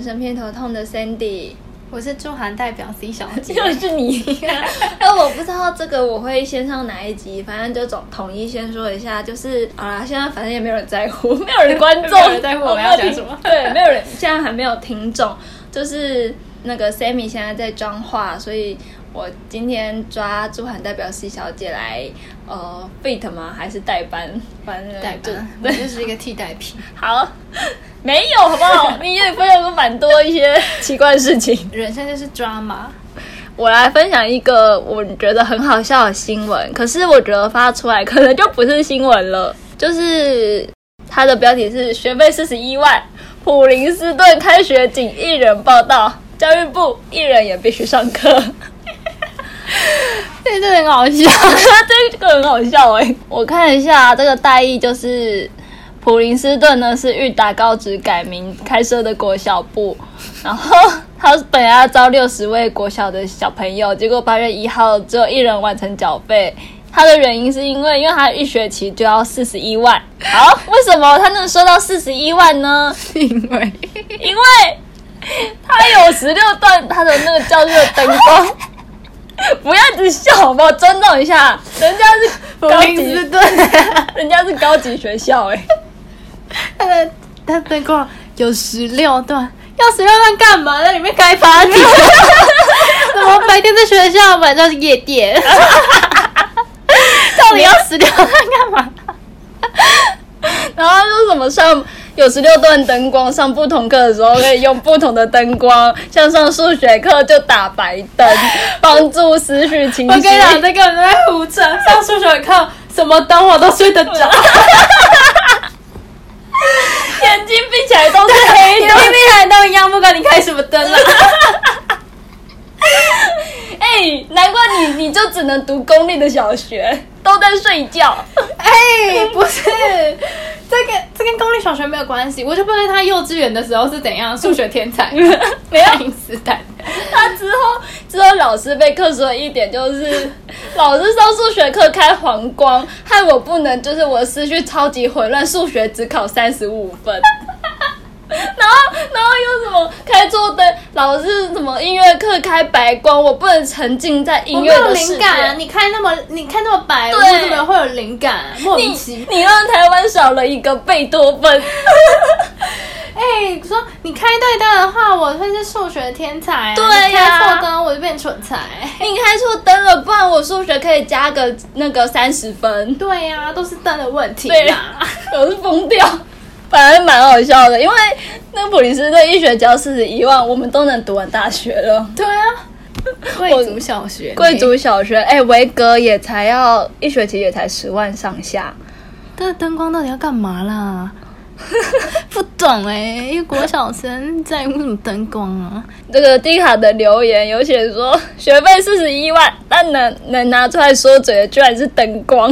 身偏头痛的 Sandy， 我是驻韩代表 C 小姐， 又是你。我不知道这个我会先上哪一集，反正就统一先说一下，就是好啦，现在反正也没有人在乎，没有人观众， 没有人在乎我们要讲什么， 对，没有人，现在还没有听众，就是那个 Sammy 现在在彰化，所以我今天抓驻韩代表 C 小姐来fit 吗？还是代班？反正代班，我就是一个替代品。 好，没有好不好？你也分享过蛮多一些奇怪的事情。 人生就是 drama。 我来分享一个我觉得很好笑的新闻，可是我觉得发出来可能就不是新闻了。就是它的标题是学费41万，普林斯顿开学仅1人报到，教育部1人也必须上课。 这个很好笑， 这个很好笑我看一下这个大意，就是普林斯顿呢是裕达高职改名开设的国小部，然后他本来要招60位国小的小朋友，结果8月1号只有1人完成缴费。他的原因是因为他一学期就要41万。好，为什么他能收到41万呢？ 因为他有16段他的那个教室的灯光。不要一直笑好不好？尊重一下，人家是普林斯顿， 人家是高级学校他灯光有16段，要16段干嘛？在里面开 party？ 怎么白天在学校，晚上是夜店？到底要16段干嘛？ 然后就是什么上有16段灯光，上不同课的时候可以用不同的灯光，像上数学课就打白灯，帮助思绪清晰。 我跟你讲，这个人在胡扯，上数学课什么灯我都睡得着， 眼睛闭起来都是黑的， 眼睛闭起来都一样，不管你开什么灯了。 难怪你就只能读公立的小学，都在睡觉。 不是，这跟公立小学没有关系，我就不知道他幼稚园的时候是怎样数学天才， 没有爱因斯坦。 他之后老师被课说一点，就是老师上数学课开黄光，害我不能，就是我的思绪超级混乱，数学只考35分。然后又什么开错灯，老师什么音乐课开白光，我不能沉浸在音乐的世界。 我没有灵感，你开那么白，我怎么会有灵感？莫名其妙。 你让台湾少了一个贝多芬。 说你开对灯的话，我会是数学天才。 对呀， 你开错灯我就变蠢材。 你开错灯了，不然我数学可以加个那个30分。 对呀，都是灯的问题啦。我是疯掉。反正蛮好笑的，因为那普林斯顿一学期要41万，我们都能读完大学了。 对啊，贵族小学， 维格也才要一学期也才10万上下。 这灯光到底要干嘛啦？不懂因为国小生在乎什么灯光啊？ 这个迪卡的留言有写说，学费41万，但能拿出来说嘴的居然是灯光。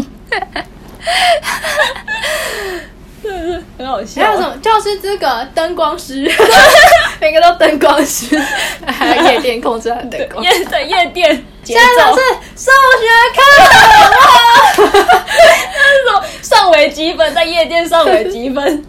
很好笑。 还有什么教师资格灯光师，每个都灯光师，还有夜店控制的灯光。 夜店节奏。 现在是数学课， 那种上微积分，在夜店上微积分，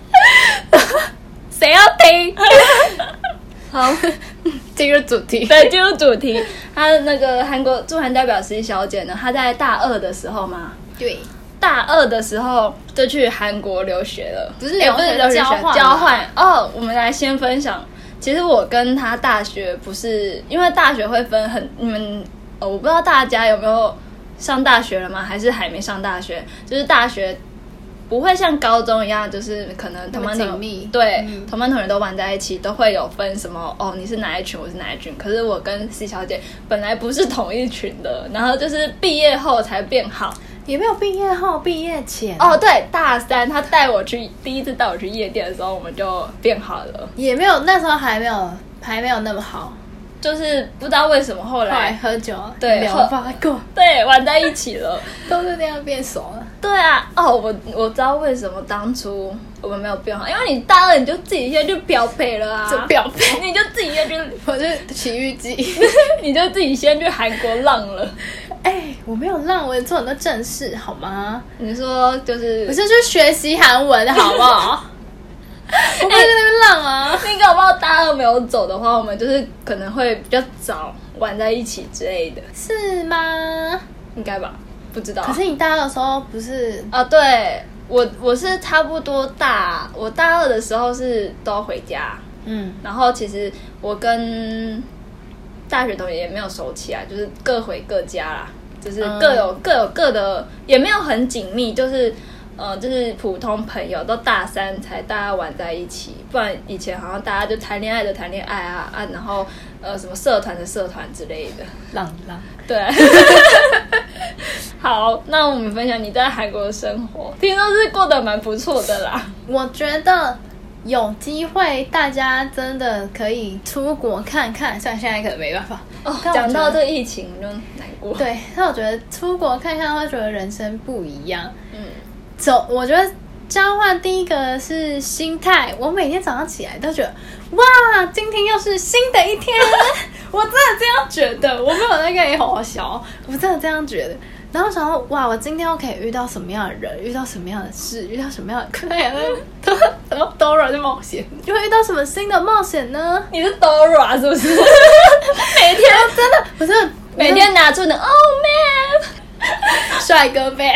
谁要听？好，进入主题。 对，进入主题。他那个韩国驻韩代表 C 小姐呢，她在大2的时候嘛， 对。 大2的时候就去韩国留学了， 不是留学交换我们来先分享。其实我跟他大学不是，因为大学会分你们我不知道大家有没有上大学了吗？还是还没上大学？就是大学不会像高中一样，就是可能同班同学同班同学都玩在一起，都会有分什么你是哪一群，我是哪一群。可是我跟 C 小姐本来不是同一群的，然后就是毕业后才变好。 也没有毕业后，毕业前对，大3他第一次带我去夜店的时候，我们就变好了。 也没有，那时候还没有那么好， 就是不知道为什么后来喝酒， 对， 聊发过， 对，玩在一起了， 都是这样变熟了。 对啊，我知道为什么当初我们没有变好，因为你大2你就自己先去标配了啊， 就标配， 你就自己先去， 我就奇遇记， 你就自己先去韩国浪了。 我没有浪，我做很多正事，好吗？ 你说就是我是去学习韩文，好不好？ 我不会在那边浪啊。 你搞不好大二没有走的话，我们就是可能会比较早玩在一起之类的， 是吗？ 应该吧？不知道。 可是你大二的时候不是啊？对，我是差不多我大二的时候是都要回家，然后其实我跟大学同学也没有熟起来，就是各回各家啦，就是各有各的，也没有很紧密，就是普通朋友，都大三才大家玩在一起，不然以前好像大家就谈恋爱的谈恋爱啊，然后什么社团的社团之类的， 浪， 对。好，那我们分享你在韩国的生活，听说是过得蛮不错的啦。 我觉得有机会大家真的可以出国看看，虽然现在可能没办法。 讲到这个疫情我就难过。 对，但我觉得出国看看会觉得人生不一样。我觉得交换第一个是心态，我每天早上起来都觉得哇，今天又是新的一天。我真的这样觉得，我没有在跟你好好笑，我真的这样觉得。然后想说，哇，我今天又可以遇到什么样的人，遇到什么样的事，遇到什么样的可能什么 Dora 的冒险，就会遇到什么新的冒险呢？ 你是 Dora 是不是？每天真的，我真的每天拿出的 Oh man， 帅哥 man。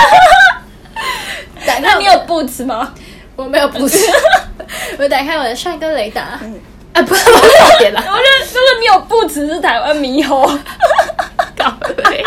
那你有 boots 吗？ 我没有 boots， 我打开我的帅哥雷达。不是我重点了。 我觉得就是你有 boots 是台湾猕猴。 搞对。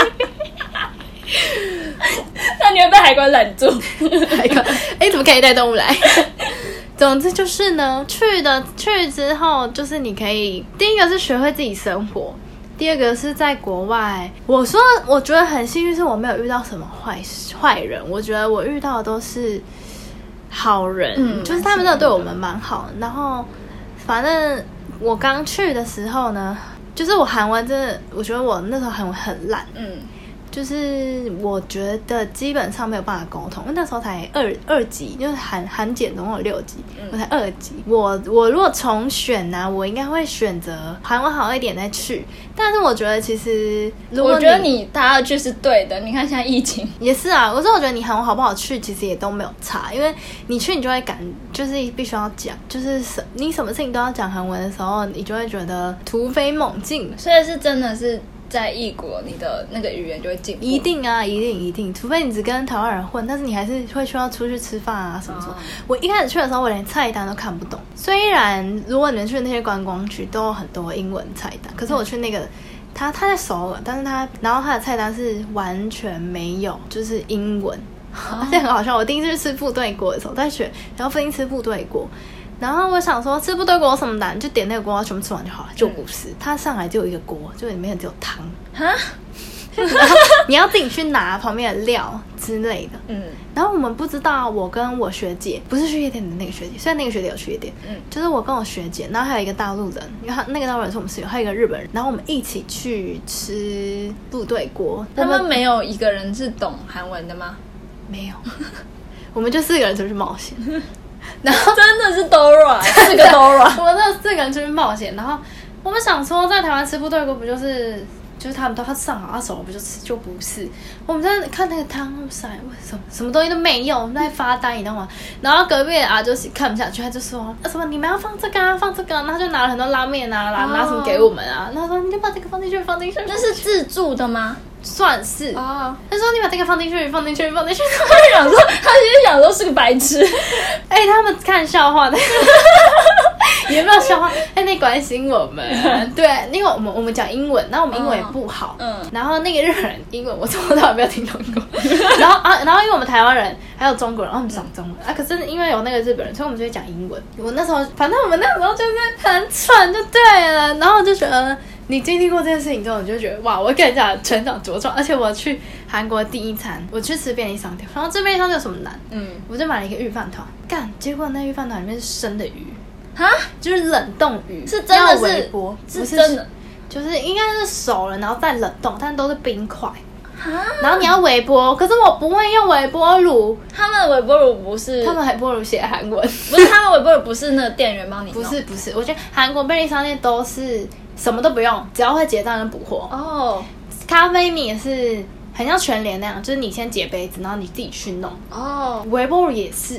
那你会被海关拦住？ 海关，怎么可以带动物来？总之就是呢，去之后，就是你可以第一个是学会自己生活，第二个是在国外。我觉得很幸运，是我没有遇到什么坏人，我觉得我遇到的都是好人，就是他们真的对我们蛮好的。然后，反正我刚去的时候呢，就是我韩文真的，我觉得我那时候韩文很烂，就是我觉得基本上没有办法沟通，因为那时候才二级，就是韩检总共有6级，我才2级。我如果重选呢，我应该会选择韩文好一点再去。但是我觉得其实， 我觉得你大二去是对的。你看现在疫情也是啊，我觉得你韩文好不好去，其实也都没有差，因为你去你就会就是必须要讲，就是你什么事情都要讲韩文的时候，你就会觉得突飞猛进。 所以是真的是。在异国，你的那个语言就会进步。 一定啊，一定，除非你只跟台湾人混，但是你还是会需要出去吃饭啊什么什么。我一开始去的时候，我连菜单都看不懂。虽然如果你们去那些观光区，都有很多英文菜单，可是我去那个，他在首尔，但是然后他的菜单是完全没有，就是英文，而且很好笑。我第一次去吃部队锅的时候，在学，然后附近吃部队锅。然后我想说吃部队锅有什么难，就点那个锅全部吃完就好了，就不是，它上来就有一个锅，就里面只有汤哈，然后你要自己去拿旁边的料之类的。然后我们不知道，我跟我学姐不是去夜店的那个学姐，虽然那个学姐有去夜店，就是我跟我学姐，然后还有一个大陆人，因为那个大陆人是我们室友，还有一个日本人，然后我们一起去吃部队锅。 他们没有一个人是懂韩文的吗？ 没有，我们就4个人出去冒险。然后真的是 Dora，4个 Dora， 我们这4个人出去冒险。然后我们想说，在台湾吃部队锅不就是他们都上好熟了，不就吃，就不是。我们在看那个汤，哇塞，什么东西都没有，我们在发呆，你知道吗？然后隔壁的就是看不下去，他就说什么你们要放这个啊，放这个，然后他就拿了很多拉面啊，拿什么给我们啊，然后说你就把这个放进去，放进去。 这是自助的吗？ 算是他说你把这个放进去。他就想说是个白痴。他们看笑话的。有没有笑话？那关心我们。对，因为我们讲英文，然后我们英文也不好。然后那个日本人英文我从头到尾没有听懂过。然后因为我们台湾人还有中国人，然后我们讲中文啊，可是因为有那个日本人，所以我们就会讲英文。我那时候，反正我们那时候就是很蠢就对了。然后我就觉得。你经历过这件事情之后，你就觉得哇，我跟人家成长茁壮。而且我去韩国第一餐，我去吃便利商店，然后这便利商店有什么难？我就买了一个御饭团，结果那御饭团里面是生的鱼，就是冷冻鱼， 是真的微波， 是真的， 就是应该是熟了，然后再冷冻，但都是冰块。然后你要微波，可是我不会用微波炉。 他们的微波炉不是， 他们微波炉写韩文， 不是他们微波炉不是那个店员帮你弄， 不是，我觉得韩国便利商店都是什么都不用，只要会结账就补货。咖啡米也是很像全联那样，就是你先结杯子，然后你自己去弄。微波炉也是，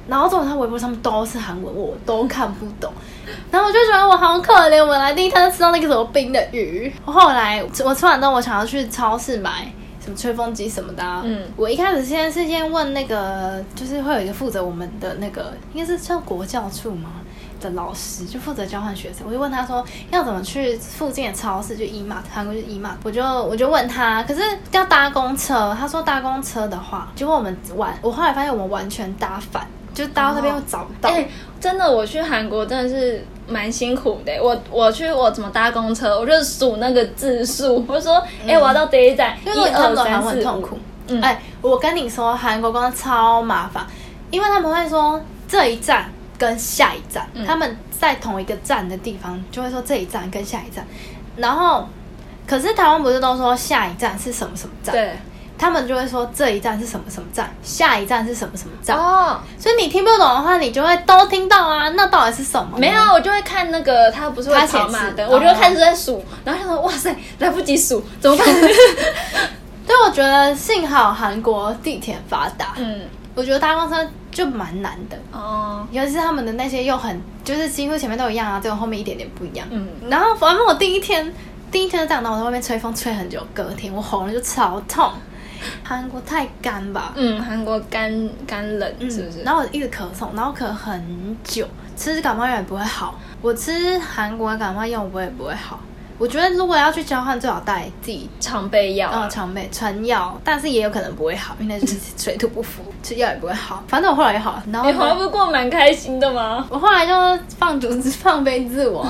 然后重点他微博上面都是韩文，我都看不懂。然后我就觉得我好可怜，我来第一天就吃到那个什么冰的鱼。后来我吃完之后，我想要去超市买什么吹风机什么的、啊。我一开始先问那个，就是会有一个负责我们的那个，应该是叫国教处吗？的老师就负责交换学生，我就问他说要怎么去附近的超市，就 E-Mart， 韩国就 E-Mart， 我就问他，可是要搭公车，他说搭公车的话，结果我后来发现我们完全搭反，就搭到那边会找不到。 真的，我去韩国真的是蛮辛苦的。我怎么搭公车，我就数那个字数，我就说我要到这一站，1、2、3、4、 很痛苦。我跟你说，韩国公车超麻烦，因为他们会说这一站跟下一站，他们在同一个站的地方就会说这一站跟下一站，然后可是台湾不是都说下一站是什么什么站？对，他们就会说这一站是什么什么站，下一站是什么什么站。所以你听不懂的话，你就会都听到啊。那到底是什么？ 没有，我就会看那个他不是会跑马灯，我就会开始在数，然后就说哇塞，来不及数，怎么办？ 所以我觉得幸好韩国地铁发达。我觉得搭公车就蛮难的尤其是他们的那些又很就是几乎前面都一样啊，只有后面一点点不一样。然后反正我第一天就这样，然后我在外面吹风吹很久，隔天我喉咙就超痛。韩国太干吧？ 韩国干冷是不是？ 然后我一直咳嗽，然后咳很久，吃感冒药也不会好。我吃韩国感冒药我也不会好。我觉得如果要去交换，最好带自己常备药， 常备纯药，但是也有可能不会好，因为那就是水土不服，吃药也不会好。反正我后来也好了。然后你后来不是过蛮开心的吗？ 我后来就放飞自我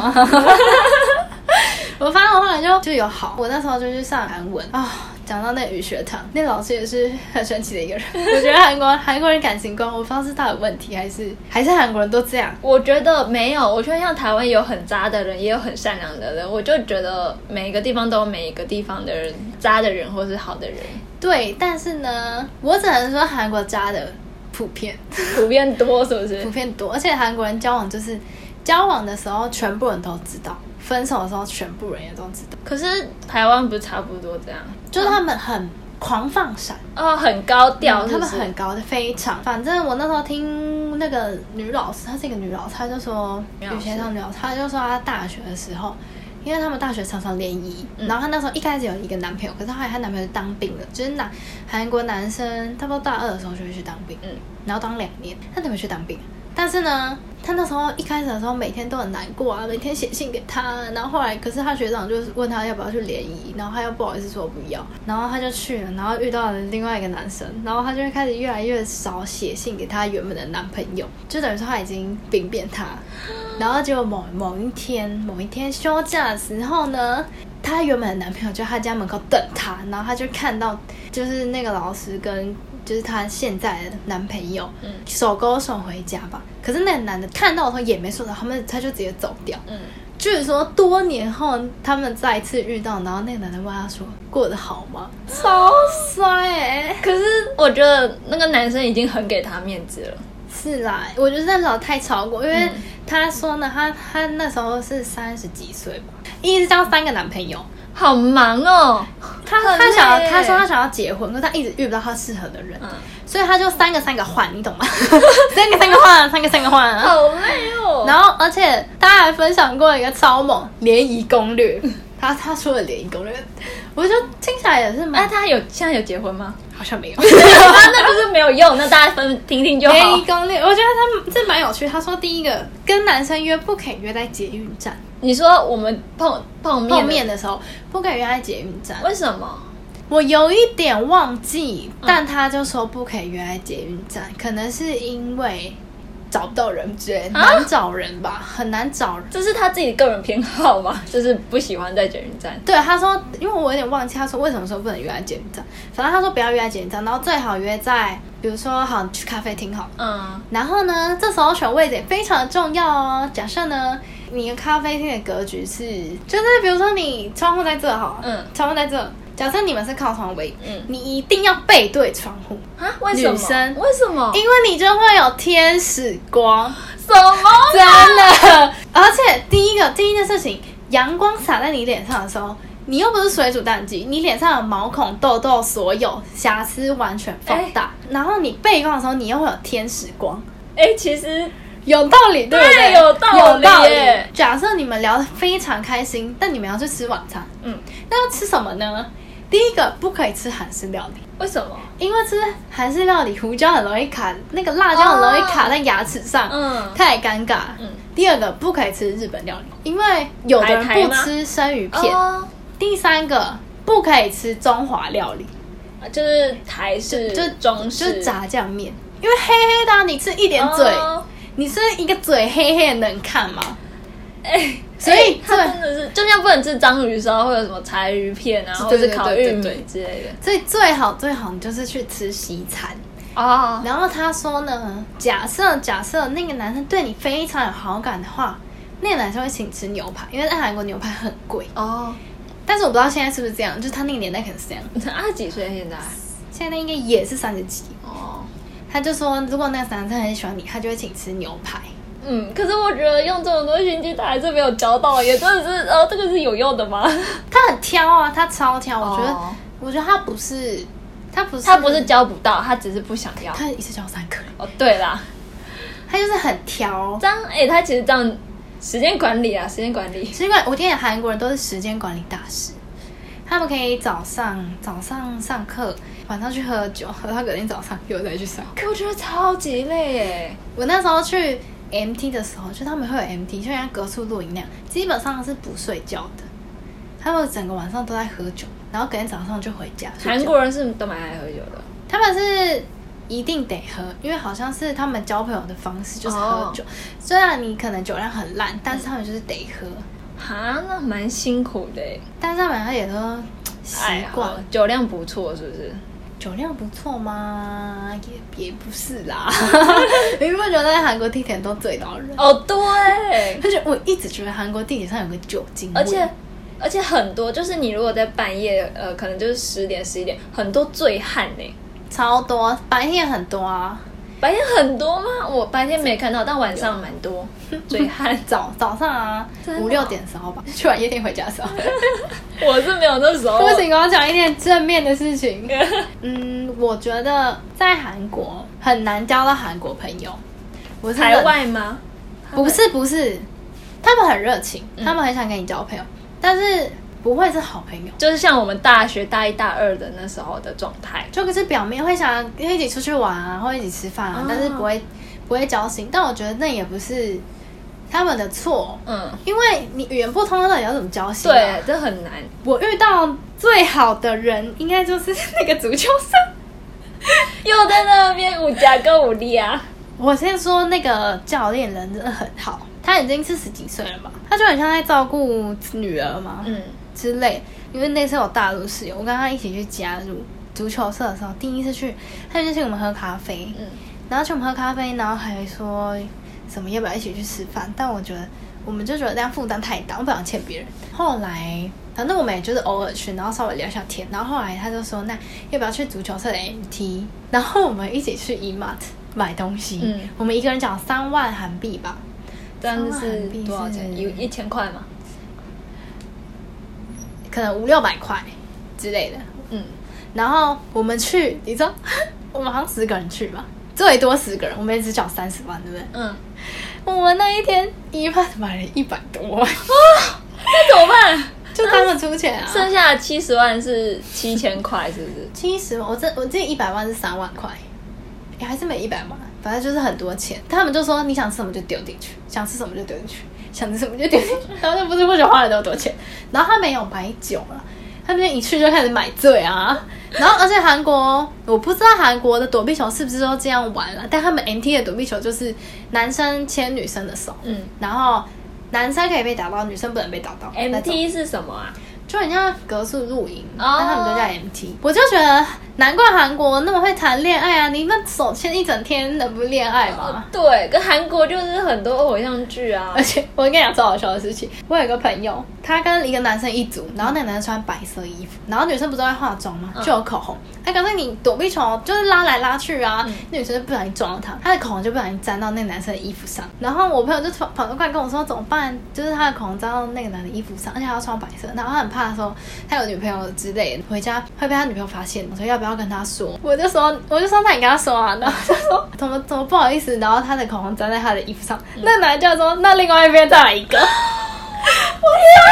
我发现我后来就有好。我那时候就去上韩文讲到那语学堂，那老师也是很神奇的一个人。我觉得韩国人感情观，我不知道是他有问题，还是韩国人都这样。 我觉得没有，我觉得像台湾有很渣的人，也有很善良的人。我就觉得每一个地方都有每一个地方的人，渣的人或是好的人。 对，但是呢，我只能说韩国渣的普遍多，是不是？ 普遍多，而且韩国人交往的时候，全部人都知道。分手的时候，全部人也都知道。 可是台湾不是差不多这样？ 就是他们很狂放闪很高调， 他们很高的，非常。反正我那时候听那个女老师，她是一个女老师，她就说语学堂女老师，她就说她大学的时候，因为他们大学常常联谊，然后她那时候一开始有一个男朋友，可是后来她男朋友当兵了，就是韩国男生差不多大2的时候就会去当兵，然后当2年，她男朋友去当兵。但是呢，他那时候一开始的时候每天都很难过啊，每天写信给他，然后后来可是他学长就问他要不要去联谊，然后他又不好意思说不要，然后他就去了，然后遇到了另外一个男生，然后他就会开始越来越少写信给他原本的男朋友，就等于说他已经兵变他，然后结果某一天休假的时候呢，他原本的男朋友就在他家门口等他，然后他就看到就是那个老师跟就是她现在的男朋友手勾手回家吧，可是那个男的看到的时候也没说到，他就直接走掉。据说多年后他们再一次遇到，然后那个男的问他说过得好吗？超帅可是我觉得那个男生已经很给他面子了。 是啦，我觉得那时候太超过，因为他说呢，他那时候是30几岁吧，一直交3个男朋友。 好忙哦！ 他说他想要结婚，可是他一直遇不到他适合的人，所以他就三个换，你懂吗？三个换， 好累哦。 然后而且他还分享过一个超猛联谊攻略，他说的联谊攻略，我就听起来也是蛮。 他现在有结婚吗？ 好像没有， 那就是没有用。那大家听听就好。 联谊攻略，我觉得他这蛮有趣。他说第一个跟男生约不可以约在捷运站。 你说我们碰面的时候不可以约在捷运站， 为什么？ 我有一点忘记，但他就说不可以约在捷运站，可能是因为找不到人之类，难找人吧，很难找人。 这是他自己个人偏好吗？就是不喜欢在捷运站。 对，他说，因为我有点忘记他说为什么说不能约在捷运站，反正他说不要约在捷运站，然后最好约在，比如说好去咖啡厅好，然后呢，这时候选位置也非常的重要哦。假设呢，你的咖啡厅的格局是，就是比如说你窗户在这好，窗户在这。假设你们是靠窗位，你一定要背对窗户啊？为什么？ 女生为什么？ 因为你就会有天使光。 什么？ 真的！而且第一件事情，阳光洒在你脸上的时候，你又不是水煮蛋鸡，你脸上有毛孔、痘痘，所有瑕疵完全放大。然后你背光的时候，你又会有天使光。 其实有道理，对不对？ 对，有道理耶。 假设你们聊得非常开心，但你们要去吃晚餐，那要吃什么呢？第一个不可以吃韩式料理， 为什么？ 因为吃韩式料理胡椒很容易卡，那个辣椒很容易卡在牙齿上，太尴尬。第二个不可以吃日本料理，因为有的人不吃生鱼片。第三个不可以吃中华料理， 就是台式、就中式， 就是炸酱面，因为黑黑的，你吃一点嘴，你是一个嘴黑黑的能看吗？所以它真的是，就像不能吃章鱼烧或者什么柴鱼片啊，或者是烤玉米之类的。 所以最好你就是去吃西餐然后他说呢，假设那个男生对你非常有好感的话，那个男生会请吃牛排，因为在韩国牛排很贵但是我不知道现在是不是这样，就是他那个年代可能是这样。 他几岁现在应该也是30几他就说，如果那个男生很喜欢你，他就会请吃牛排。 可是我觉得用这种东西，他还是没有教到，也真的是这个是有用的吗？ 他很挑啊，他超挑。我觉得他不是教不到，他只是不想要。 他一次教3个。 对啦， 他就是很挑。 这样他其实这样时间管理。 我听韩国人都是时间管理大师，他们可以早上上课，晚上去喝酒，喝到隔天早上又再去上课。 我觉得超级累耶。 我那时候去MT 的时候，就他们会有 MT， 就像格数露营那样，基本上是不睡觉的。他们整个晚上都在喝酒，然后隔天早上就回家。 韩国人是都蛮爱喝酒的。 他们是一定得喝，因为好像是他们交朋友的方式就是喝酒。虽然你可能酒量很烂，但是他们就是得喝。 那蛮辛苦的耶。 但是他们也都习惯酒量不错，是不是？ 酒量不错吗？也不是啦。你不觉得在韩国地铁都醉到人？ 对。而且我一直觉得韩国地铁上有个酒精味， 而且很多就是你如果在半夜，可能就是10点11点，很多醉汉呢， 超多。白天很多啊。 白天很多吗？我白天没看到，但晚上蛮多醉汉。 早上啊，5、6点的时候吧，去完夜店回家的时候。 我是没有那时候。 不行，我要讲一点正面的事情。我觉得在韩国很难交到韩国朋友。 海外吗？ 不是，他们很热情，他们很想跟你交朋友，但是不会是好朋友， 就是像我们大学大1大2的那时候的状态， 就是表面会想一起出去玩啊，或一起吃饭啊，但是不会交心。但我觉得那也不是他们的错，因为你语言不通，到底要怎么交心？ 对，这很难。 我遇到最好的人，应该就是那个足球社， 又在那边5加跟5力啊。 我先说那个教练人真的很好，他已经40几岁了吧，他就很像在照顾女儿嘛，之类。因为那次有大陆室友，我跟他一起去加入足球社的时候，第一次去，他就请我们喝咖啡，然后请我们喝咖啡，然后还说什么要不要一起去吃饭，但我们就觉得这样负担太大，我不想欠别人。后来反正我们也就是偶尔去，然后稍微聊一下天，然后后来他就说那要不要去足球社的 MT， 然后我们一起去 E-Mart 买东西，我们一个人缴3万韩币吧。 这样是多少钱？1000块吗？ 可能500-600块之类的。然后我们去，你知道，我们好像10个人去吧，最多10个人，我们也只缴30万，对不对？我们那一天E-Mart买了100多万那怎么办？ 就他们出钱啊， 剩下的70万是7000块，是不是 ？70万，我这100万是3万块，还是没100万，反正就是很多钱。他们就说你想吃什么就丢进去，想吃什么就丢进去，想吃什么就丢进去，然后就不知不觉花了那么多钱。然后他没有买酒了，他们一去就开始买醉啊。然后而且韩国，我不知道韩国的躲避球是不是都这样玩了，但他们 MT 的躲避球就是男生牵女生的手，然后男生可以被打到，女生不能被打到。 MT 是什么啊？ 就很像格数露营，但他们都叫 MT。我就觉得难怪韩国那么会谈恋爱啊！你们手牵一整天能不恋爱吗？ 对，跟韩国就是很多偶像剧啊。 而且我跟你讲最好笑的事情，我有一个朋友，他跟一个男生一组，然后那个男生穿白色衣服，然后女生不是会化妆吗？就有口红。可是你躲避球就是拉来拉去啊，那女生就不小心撞到他，他的口红就不小心沾到那个男生的衣服上。然后我朋友就跑过来跟我说怎么办？就是他的口红沾到那个男的衣服上，而且他要穿白色，然后他很怕说他有女朋友之类的，回家会被他女朋友发现，所以要不要跟他说？我就说那你跟他说啊，然后他说怎么不好意思，然后他的口红粘在他的衣服上，那男的就说那另外一边再来一个。我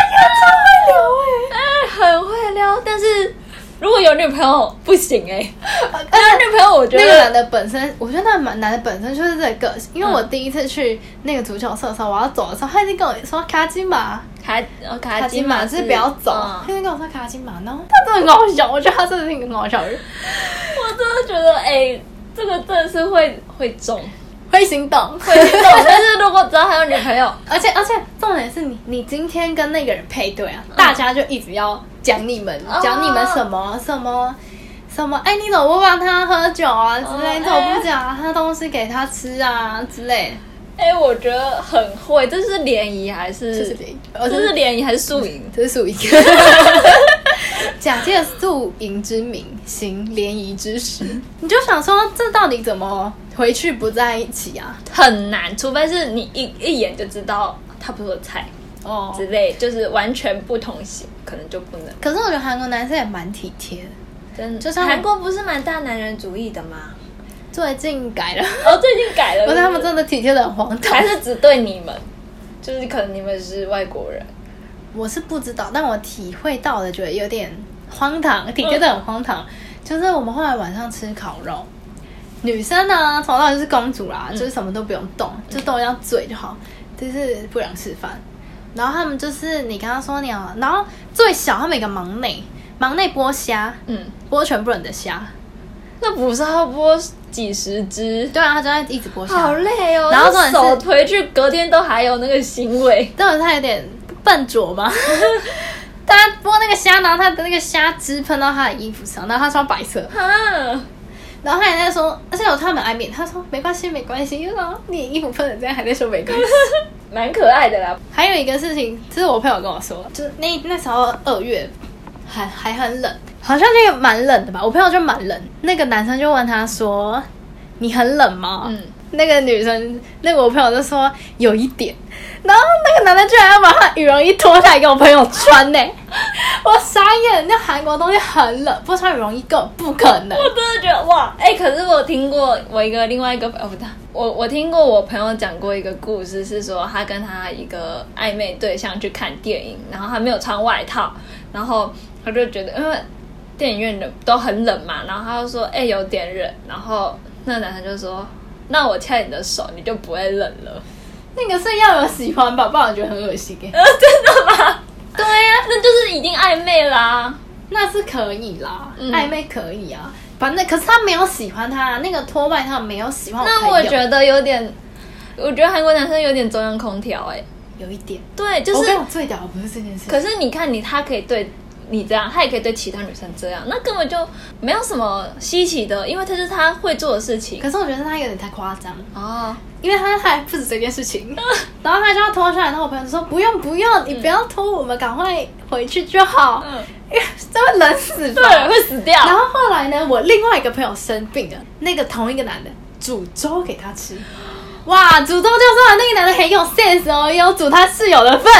很会撩，但是如果有女朋友不行但是女朋友我觉得那个男的本身，我觉得那个男的本身就是这个个性，因为我第一次去那个足球社的时候，我要走的时候，他已经跟我说卡金马是不要走，他就跟我说卡金马，然后他真的很好笑，我觉得他真的是一个很好笑的人， 我真的觉得这个真的是会中。 会心动， 但是如果知道他有女朋友， 而且重点是你今天跟那个人配对啊，大家就一直要讲你们什么，你怎么不帮他喝酒啊之类，你怎么不讲他东西给他吃啊之类。 我觉得很会，这是联谊还是？这是联谊还是宿营？ 这是宿营。假借宿营之名行联谊之实，你就想说这到底怎么回去不在一起啊？ 很难，除非是你一眼就知道他不是我的菜之类，就是完全不同型，可能就不能。 可是我觉得韩国男生也蛮体贴的， 真的。就像韩国不是蛮大男人主义的吗？ 最近改了最近改了。 我觉得他们真的体贴的很荒唐， 还是只对你们？就是可能你们是外国人， 我是不知道，但我体会到的觉得有点荒唐，体贴的很荒唐。就是我们后来晚上吃烤肉，女生呢从头到尾就是公主啦，就是什么都不用动，就动一张嘴就好，就是不想吃饭。然后他们就是你跟他说你要，然后最小他们有个忙内剥虾，剥全部人的虾。 那不是要剥几十只？ 对啊，他就在一直剥虾， 好累哦。 然后手回去隔天都还有那个腥味， 但是他有点笨拙嘛。他剥那个虾，然后他的那个虾汁喷到他的衣服上，然后他穿白色。然后他也在说，而且他们爱面，他说没关系，因为你衣服喷成这样，还在说没关系， 蛮可爱的啦。 还有一个事情，这是我朋友跟我说，就是那时候2月还很冷，好像就蛮冷的吧。我朋友就蛮冷，那个男生就问他说：“你很冷吗？”那个女生，那个我朋友就说有一点。然后那个男的居然要把他羽绒衣脱下来给我朋友穿呢，我傻眼。那韩国东西很冷，不穿羽绒衣根本不可能。 我真的觉得哇，可是我听过另外一个我听过我朋友讲过一个故事，是说他跟他一个暧昧对象去看电影，然后他没有穿外套，然后他就觉得因为电影院都很冷嘛，然后他就说有点冷，然后那个男生就说那我牵你的手你就不会冷了。 那个是要有喜欢吧，不然我觉得很恶心真的吗？对啊，那就是已经暧昧啦。 那是可以啦，暧昧可以啊。反正可是他没有喜欢他，那个脱外套没有喜欢我朋友。 那我觉得有点，我觉得韩国男生有点中央空调有一点。 对，就是我跟我最屌的不是这件事。 可是你看他可以对你这样，他也可以对其他女生这样，那根本就没有什么稀奇的，因为这是他会做的事情。 可是我觉得他有点太夸张因为他还不止这件事情，然后他就要脱下来，然后我朋友就说不用，你不要脱，我们赶快回去就好，因为这会冷死吧， 对，会死掉。 然后后来呢，我另外一个朋友生病了，那个同一个男的煮粥给他吃。哇，煮粥就算了，那个男的很有 sense 也有煮他室友的份。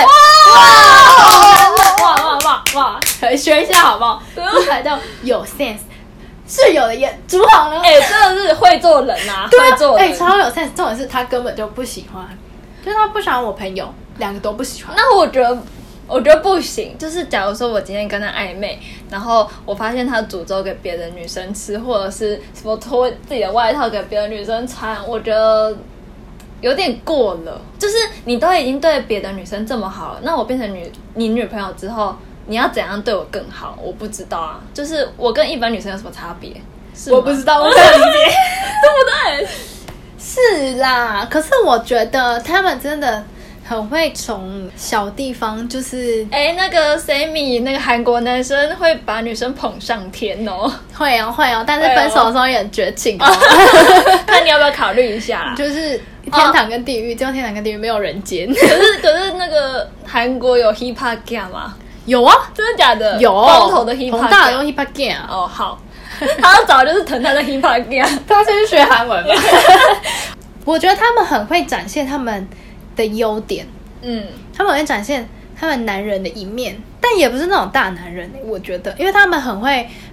哇，可以学一下好不好？这才叫有 sense。室友的也煮好了， 真的是会做人啊， 对啊， 会做人， 超有 sense。重点是他根本就不喜欢，就是他不喜欢我朋友，两个都不喜欢。 那我觉得不行，就是假如说我今天跟他暧昧，然后我发现他煮粥给别的女生吃，或者是什么脱自己的外套给别的女生穿，我觉得有点过了。就是你都已经对别的女生这么好了，那我变成你女朋友之后，你要怎样对我更好？我不知道啊，就是我跟一般女生有什么差别？ 我不知道，我不能理解， 对不对？ 是啦，可是我觉得他们真的很会从小地方，就是那个 Sammy 那个韩国男生会把女生捧上天哦， 会哦，但是分手的时候也很绝情那你要不要考虑一下啦？ 就是天堂跟地狱，只有天堂跟地狱没有人间。可是那个韩国有 hip hop gang 吗？ 有啊， 真的假的？ 有光头的 hip hop， 宏大的都 hip hop gang 哦，好，他早就是疼他的 hip hop gang， 他先去学韩文吧。我觉得他们很会展现他们的优点，他们会展现他们男人的一面，但也不是那种大男人我觉得，因为他们很会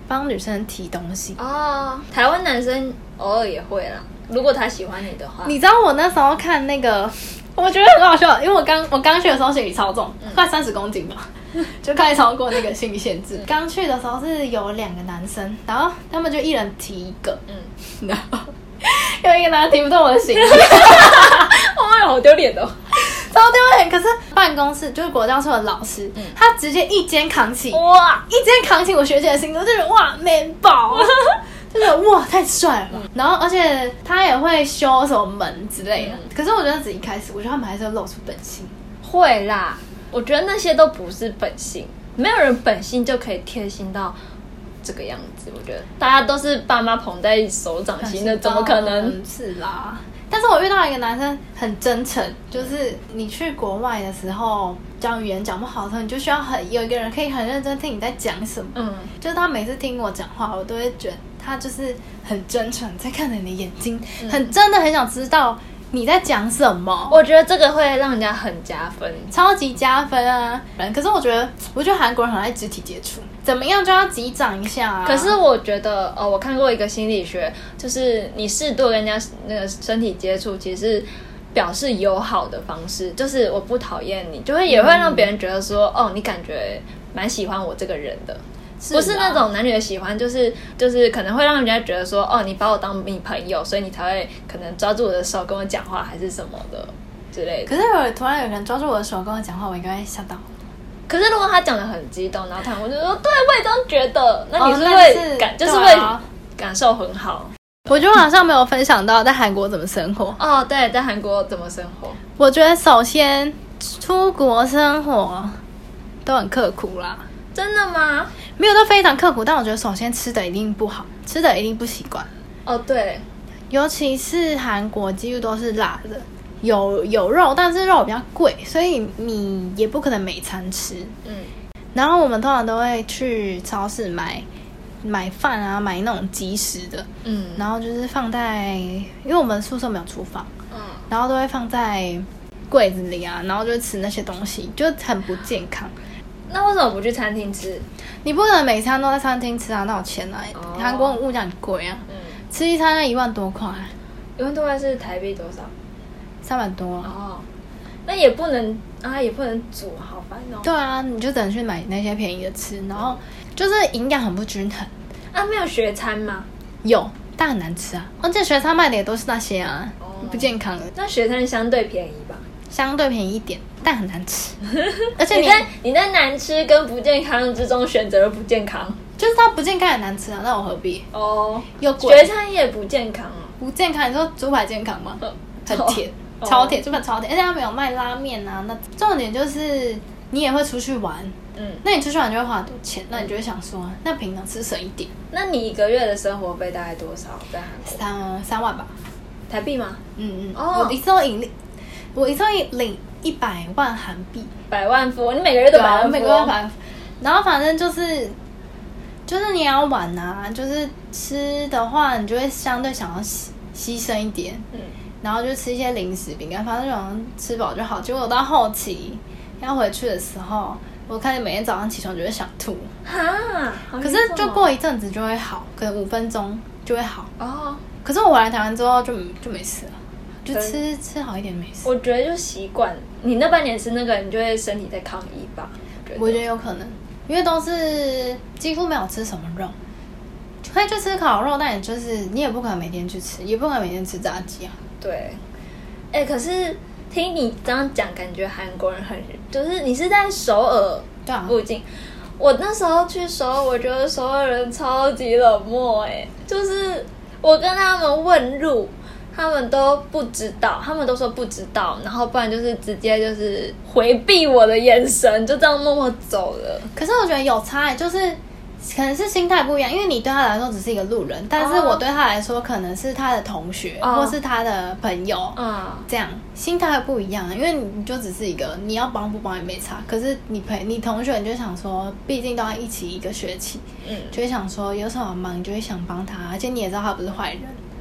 帮女生提东西。 哦，台湾男生偶尔也会啦，如果他喜欢你的话。 你知道我那时候看那个，我觉得很好笑，因为我刚去的时候行李超重，快30公斤吧，就快超过那个行李限制。刚去的时候是有2个男生，然后他们就一人提一个，然后有一个男的提不动我的行李， 哎呦，好丢脸哦！ 超丢脸。可是办公室就是国教处的老师，他直接一肩扛起， 哇， 一肩扛起我学姐的行李，我就觉得哇，man 爆，就觉得哇，太帅了吧。然后而且他也会修什么门之类的。可是我觉得只一开始，我觉得他们还是要露出本性。 会啦，我觉得那些都不是本性，没有人本性就可以贴心到这个样子。我觉得大家都是爸妈捧在手掌心的，怎么可能？ 是啦。但是我遇到一个男生很真诚，就是你去国外的时候讲语言讲不好的时候，你就需要有一个人可以很认真听你在讲什么。就是他每次听我讲话，我都会觉得他就是很真诚，在看着你的眼睛，很真的很想知道你在讲什么。 我觉得这个会让人家很加分， 超级加分啊！可是我觉得韩国人很爱肢体接触，怎么样就要击掌一下啊。 可是我觉得我看过一个心理学，就是你适度跟人家那个身体接触，其实是表示友好的方式，就是我不讨厌你，也会让别人觉得说，你感觉蛮喜欢我这个人的。不是那种男女的喜欢，就是可能会让人家觉得说，你把我当你朋友，所以你才会可能抓住我的手跟我讲话，还是什么的之类的。 可是如果突然有人抓住我的手跟我讲话，我应该会吓到。 可是如果他讲得很激动，然后我就说，对，我也这样觉得，那你是会就是会感受很好。 我觉得我好像没有分享到在韩国怎么生活。 对，在韩国怎么生活？ 我觉得首先出国生活都很刻苦啦。 真的吗？ 没有到非常刻苦，但我觉得首先吃的一定不好，吃的一定不习惯。 对， 尤其是韩国几乎都是辣的，有肉，但是肉比较贵，所以你也不可能每餐吃。然后我们通常都会去超市买饭啊，买那种即食的。然后就是放在，因为我们宿舍没有厨房，然后都会放在柜子里啊，然后就会吃那些东西，就很不健康。 那为什么不去餐厅吃？ 你不能每餐都在餐厅吃啊，那有钱啊！韩国物价很贵啊，吃一餐要1万多块。 1万多块是台币多少 ？300多。 那也不能煮，好烦哦。 对啊，你就只能去买那些便宜的吃，然后就是营养很不均衡。 没有学餐吗？ 有，但很难吃啊。而且学餐卖的也都是那些啊，不健康的。 那学餐相对便宜吧？ 相对便宜一点，但很难吃。而且你在难吃跟不健康之中选择了不健康， 就是它不健康也难吃啊，那我何必？又贵。 学餐也不健康不健康？你说猪排健康吗？很甜，超甜，猪排超甜，而且他们有卖拉面啊。那重点就是你也会出去玩，那你出去玩就会花很多钱，那你就会想说，那平常吃省一点。 那你1个月的生活费大概多少？在韩国3万吧， 台币吗？ 我一次都领100万韩币 ，100万富，你每个月都100万富， 每个月100万。然后反正就是你也要玩啊，就是吃的话，你就会相对想要牺牲一点，然后就吃一些零食饼干，反正就好像吃饱就好。结果到后期要回去的时候，我看你每天早上起床就会想吐，可是就过一阵子就会好，可能5分钟就会好。可是我回来台湾之后就没事了。就吃好一点没事。 我觉得就习惯，你那半年吃那个，你就会身体在抗议吧。 我觉得有可能，因为都是几乎没有吃什么肉，可以去吃烤肉，但也就是你也不可能每天去吃，也不可能每天吃炸鸡啊。 对，可是听你这样讲，感觉韩国人就是你是在首尔附近。我那时候去首尔，我觉得首尔人超级冷漠，就是我跟他们问路。他们都不知道，他们都说不知道，然后不然就是直接就是回避我的眼神，就这样默默走了。 可是我觉得有差，就是可能是心态不一样，因为你对他来说只是一个路人，但是我对他来说可能是他的同学、或是他的朋友，这样心态会不一样，因为你就只是一个你要帮不帮也没差，可是你同学你就想说，毕竟都要一起一个学期，就会想说有什么忙你就会想帮他，而且你也知道他不是坏人。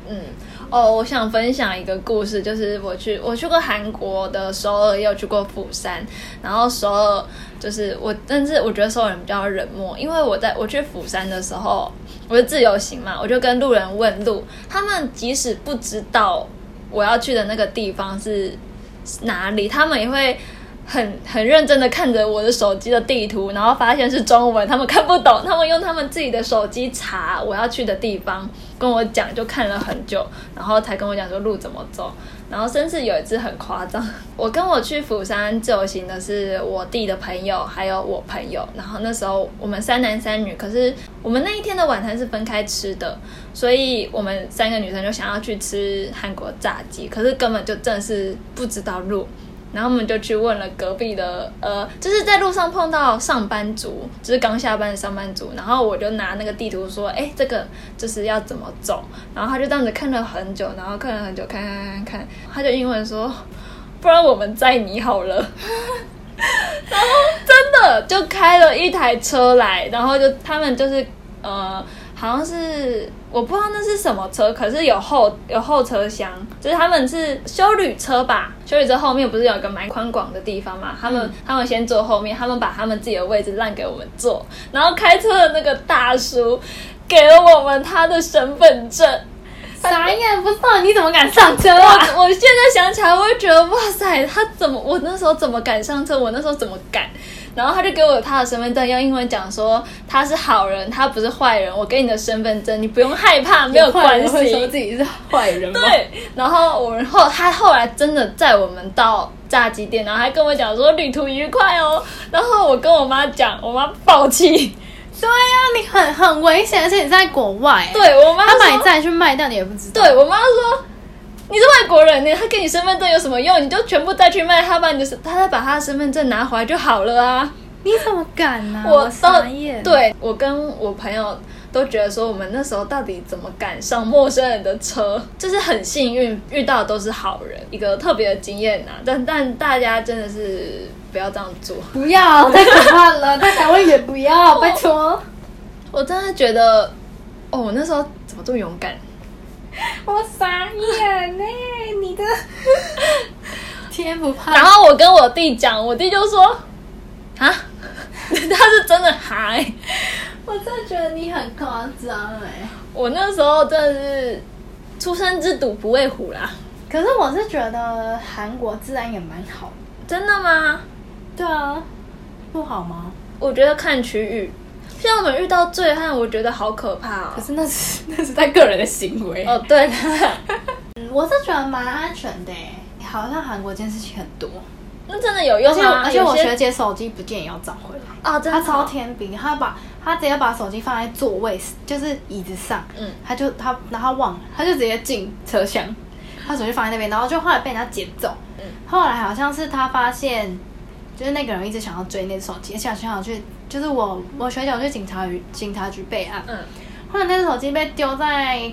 我想分享一个故事，就是我去过韩国的首尔，也有去过釜山。然后首尔就是但是我觉得首尔人比较冷漠，因为我去釜山的时候，我是自由行嘛，我就跟路人问路，他们即使不知道我要去的那个地方是哪里，他们也会很认真的看着我的手机的地图，然后发现是中文，他们看不懂，他们用他们自己的手机查我要去的地方，跟我讲，就看了很久，然后才跟我讲说路怎么走。然后甚至有一次很夸张，我跟我去釜山自由行的是我弟的朋友还有我朋友，然后那时候我们3男3女，可是我们那一天的晚餐是分开吃的，所以我们3个女生就想要去吃韩国炸鸡，可是根本就真的是不知道路。然后我们就去问了隔壁的就是在路上碰到上班族，就是刚下班的上班族，然后我就拿那个地图说这个就是要怎么走，然后他就这样子看了很久，然后看了很久，看，他就英文说不然我们载你好了然后真的就开了一台车来，然后他们就是好像是我不知道那是什么车，可是有后车厢，就是他们是休旅车吧，休旅车后面不是有一个蛮宽广的地方嘛，他们先坐后面，他们把他们自己的位置让给我们坐，然后开车的那个大叔给了我们他的身份证。 傻眼，不知道你怎么敢上车啊？ 我现在想起来，我会觉得哇塞，我那时候怎么敢上车？我那时候怎么敢？然后他就给我他的身份证，用英文讲说他是好人，他不是坏人。我给你的身份证，你不用害怕，没有关系。 会说自己是坏人吗？ 对。然后他后来真的载我们到炸鸡店，然后还跟我讲说旅途愉快哦。然后我跟我妈讲，我妈爆气。 对啊，你很危险，而且你在国外。 对，我妈说他把你载去卖掉，你也不知道。 对，我妈说你是外国人，他给你身份证有什么用？你就全部再去卖，他再把他的身份证拿回来就好了啊！ 你怎么敢啊？ 我傻眼。 对，我跟我朋友都觉得说，我们那时候到底怎么敢上陌生人的车？就是很幸运遇到的都是好人，一个特别的经验啊！但大家真的是不要这样做， 不要太可怕了，在台湾也不要，拜托。 我真的觉得，我那时候怎么这么勇敢？ 我傻眼你的天不怕。 然后我跟我弟讲，我弟就说啊他是真的哈我真的觉得你很夸张我那时候真的是初生之犊不畏虎啦。 可是我是觉得韩国治安也蛮好的。 真的吗？ 对啊，不好吗？ 我觉得看区域，像我们遇到醉汉，我觉得好可怕哦。 可是那是他个人的行为。 哦，对我是觉得蛮安全的好像韩国监视器很多。 那真的有用吗？ 而且我学姐手机不见也要找回来哦，真的。 她超天兵，她直接把手机放在座位，就是椅子上，然后忘了，她就直接进车厢，她手机放在那边，然后就后来被人家捡走。后来好像是她发现，就是那个人一直想要追那只手机，而且想要去，就是我学姐去警察局备案。后来那只手机被丢在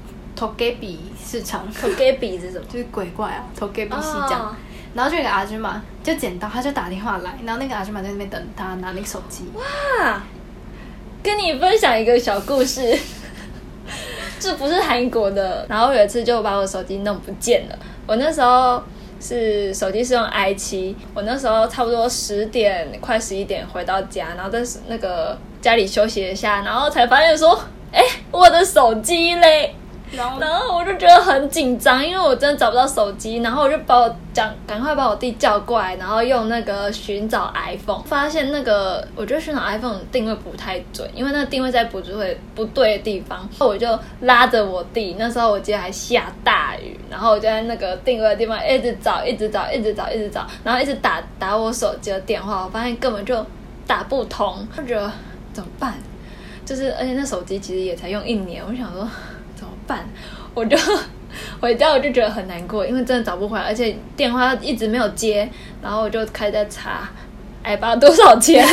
Togebi市场。 Togebi是什么？ 就是鬼怪啊，Togebi西江。然后就有一个阿舅妈就捡到，他就打电话来，然后那个阿舅妈在那边等他拿那个手机。 哇，跟你分享一个小故事，这不是韩国的。然后有一次就把我手机弄不见了，我那时候手机是用 i7， 我那时候差不多10点快11点回到家，然后在那个家里休息一下，然后才发现说，我的手机嘞。然后我就觉得很紧张，因为我真的找不到手机，然后我就赶快把我弟叫过来，然后用那个寻找 iPhone， 发现我觉得寻找 iPhone 的定位不太准，因为那个定位在不对的地方，我就拉着我弟，那时候我记得还下大雨，然后我就在那个定位的地方一直找，然后一直打我手机的电话，我发现根本就打不通，我觉得怎么办？就是而且那手机其实也才用1年，我想说怎么办？我就回家我就觉得很难过，因为真的找不回来，而且电话一直没有接，然后我就开始在查iPad多少钱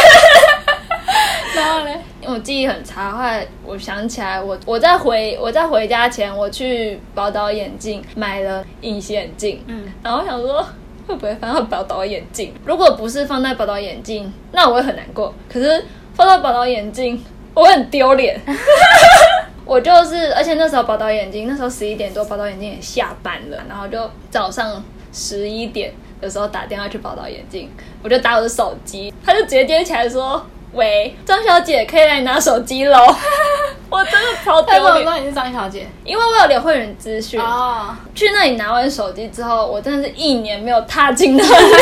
然后呢我记忆很差，后来我想起来我在回家前我去宝岛眼镜买了隐形眼镜，然后我想说会不会放到宝岛眼镜，如果不是放在宝岛眼镜那我会很难过，可是放到宝岛眼镜我会很丢脸我就是，而且那时候宝岛眼镜，那时候11点多，宝岛眼镜也下班了，然后就早上11点的时候打电话去宝岛眼镜，我就打我的手机，他就直接接起来说：“喂，张小姐，可以来拿手机喽。”我真的超丢脸。 他怎么知道你是张小姐？ 因为我有留会员资讯。 哦， 去那里拿完手机之后，我真的是1年没有踏进那里。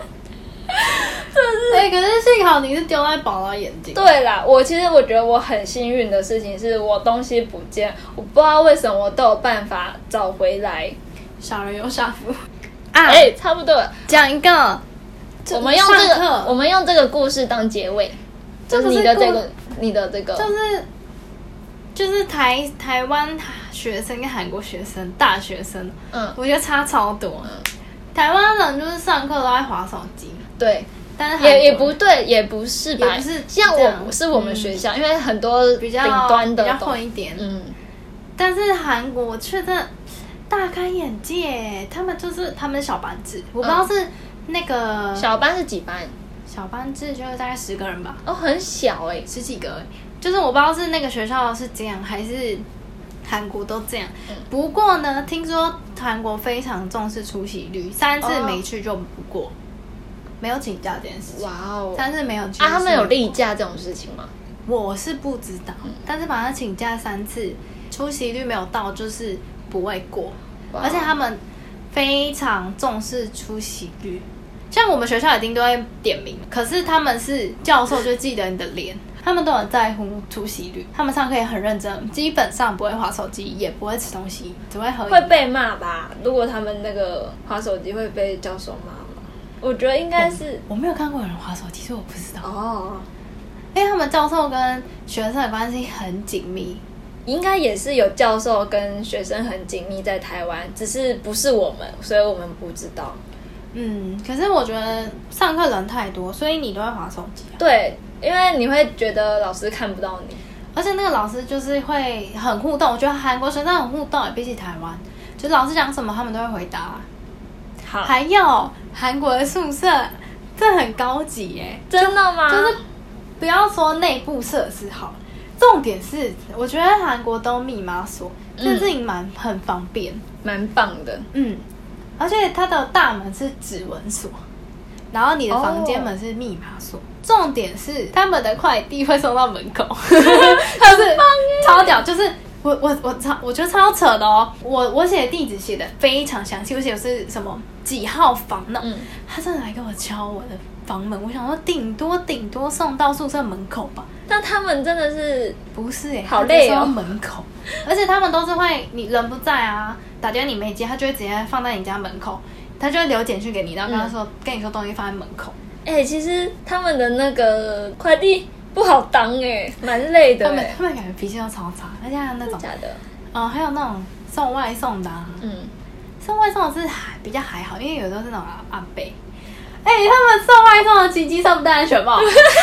对，可是幸好你是丢在宝岛眼镜。 对啦，其实我觉得我很幸运的事情是我东西不见，我不知道为什么我都有办法找回来。 小人有傻福啊！差不多了， 讲一个， 我们用这个故事当结尾，就是你的这个， 就是台湾学生跟韩国学生大学生，我觉得差超多。台湾人就是上课都在滑手机， 对。 但是也不对，也不是吧？ 也不是像我们学校，因为很多比较顶端的比较混一点，但是韩国却真的大开眼界，他们小班制，我不知道是那个小班是几班？ 小班制就是大概10个人吧， 很小 10几个就是我不知道是那个学校是这样还是韩国都这样。不过呢，听说韩国非常重视出席率，3次没去就不过。没有请假这件事情。 哇哦！ 但是没有他们有例假这种事情吗？ 我是不知道，但是反正请假3次，出席率没有到就是不会过，而且他们非常重视出席率。像我们学校一定都会点名，可是他们是教授就记得你的脸，他们都很在乎出席率，他们上课也很认真，基本上不会滑手机，也不会吃东西，只会喝饮料。 会被骂吧？如果他们那个滑手机会被教授骂。我觉得应该是我没有看过有人滑手机，所以我不知道哦。 因为他们教授跟学生的关系很紧密， 应该也是有教授跟学生很紧密在台湾，只是不是我们，所以我们不知道。 可是我觉得上课人太多，所以你都会滑手机。 对，因为你会觉得老师看不到你， 而且那个老师就是会很互动。我觉得韩国学生很互动，比起台湾，就老师讲什么他们都会回答。 好， 还有韩国的宿舍，这很高级耶！ 真的吗？ 就是不要说内部设施好，重点是我觉得韩国都密码锁，这事情很方便， 蛮棒的。 而且它的大门是指纹锁，然后你的房间门是密码锁。重点是他们的快递会送到门口，它是超屌，就是。我觉得超扯的哦！我写地址写的非常详细，我写的是什么几号房呢？他真的来跟我敲我的房门，我想说顶多送到宿舍门口吧。 但他们真的是不是好累哦， 门口，而且他们都是会你人不在啊，打电话你没接，他就会直接放在你家门口，他就会留简讯给你，然后跟你说东西放在门口。 其实他们的那个快递。不好当蛮累的他们感觉脾气都超差，而且还有那种假的， 还有那种送外送的，送外送的是比较还好，因为有的都是那种阿伯，他们送外送的骑机车不戴安全帽，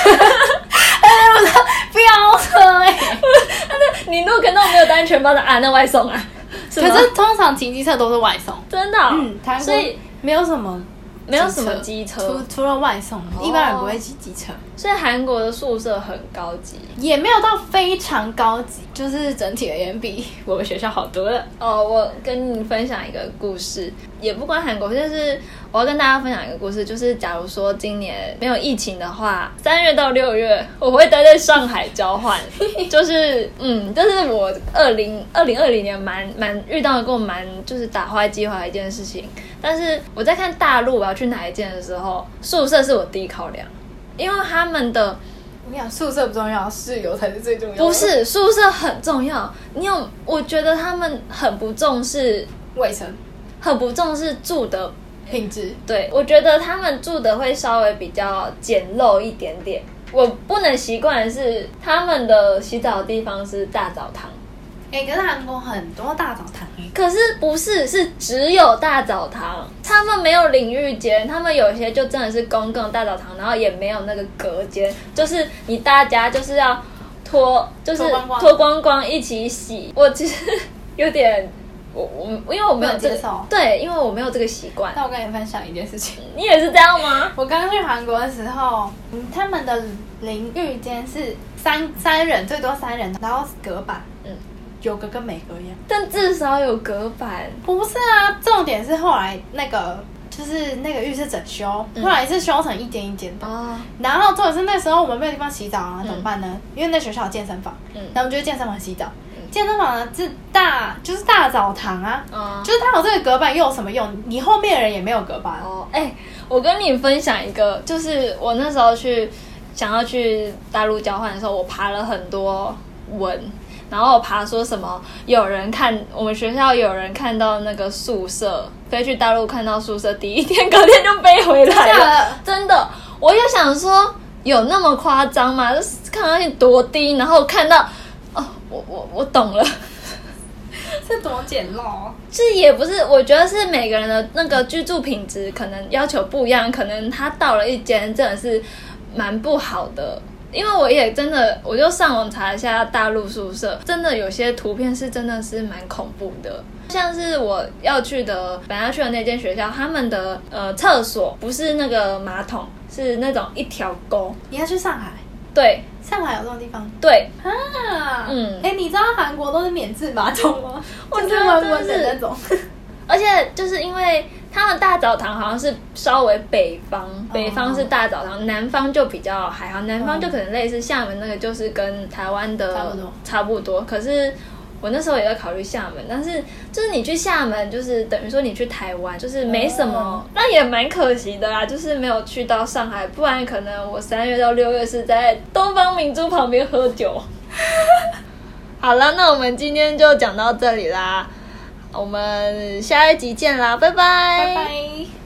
飙车你如果看到没有戴安全帽的那外送啊， 可是通常骑机车都是外送， 真的， 所以没有什么机车， 除了外送，一般人不会骑机车。 所以韩国的宿舍很高级， 也没有到非常高级，就是整体而言比我们学校好多了。 我跟你分享一个故事，也不关韩国，就是我要跟大家分享一个故事，就是假如说今年没有疫情的话，3月到6月我会待在上海交换，就是这是我2020年蛮遇到过就是打坏计划的一件事情。但是我在看大陆我要去哪一间的时候，宿舍是我第一考量。因为他们的， 我跟你讲，宿舍不重要，室友才是最重要的。 不是，宿舍很重要。我觉得他们很不重视卫生， 很不重视住的品质。 对，我觉得他们住的会稍微比较简陋一点点。我不能习惯的是他们的洗澡的地方是大澡堂。 可是韩国很多大澡堂可是不是只有大澡堂，他们没有淋浴间，他们有些就真的是公共大澡堂，然后也没有那个隔间，就是你大家就是要脱光光一起洗。我其实有点因为我没有接受， 对，因为我没有这个习惯。 那我跟你分享一件事情， 你也是这样吗？ 我刚去韩国的时候，他们的淋浴间是三人，最多3人，然后隔板。 有隔跟没隔一样。 但至少有隔板。 不是啊，重点是后来那个就是那个浴室整修，后来是修成一间一间的。然后重点是那时候我们没有地方洗澡啊，怎么办呢？因为那学校有健身房，然后我们就去健身房洗澡。健身房呢是就是大澡堂啊，就是它有这个隔板又有什么用？你后面的人也没有隔板。 我跟你分享一个，就是我那时候想要去大陆交换的时候，我爬了很多文，然后我爬说什么我们学校有人看到那个宿舍飞去大陆看到宿舍，第一天隔天就飞回来了，真的。我就想说有那么夸张吗？就是看上去多低，然后看到我懂了。 这多简陋啊！ 这也不是，我觉得是每个人的那个居住品质可能要求不一样，可能他到了一间真的是蛮不好的。因为我也真的，我就上网查一下大陆宿舍，真的有些图片是真的是蛮恐怖的。像是我本来要去的那间学校，他们的厕所不是那个马桶，是那种一条沟。 你要去上海？ 对， 上海有这种地方？ 对啊，你知道韩国都是免治马桶吗？ 我觉得温温的那种。 而且就是因为他们大澡堂好像是稍微北方是大澡堂，南方就比较还好，南方就可能类似厦门那个，就是跟台湾的差不多。可是我那时候也在考虑厦门，但是就是你去厦门，就是等于说你去台湾，就是没什么，那也蛮可惜的啦，就是没有去到上海，不然可能我3月到6月是在东方明珠旁边喝酒。好了，那我们今天就讲到这里啦，我们下一集见啦，拜拜， 拜拜。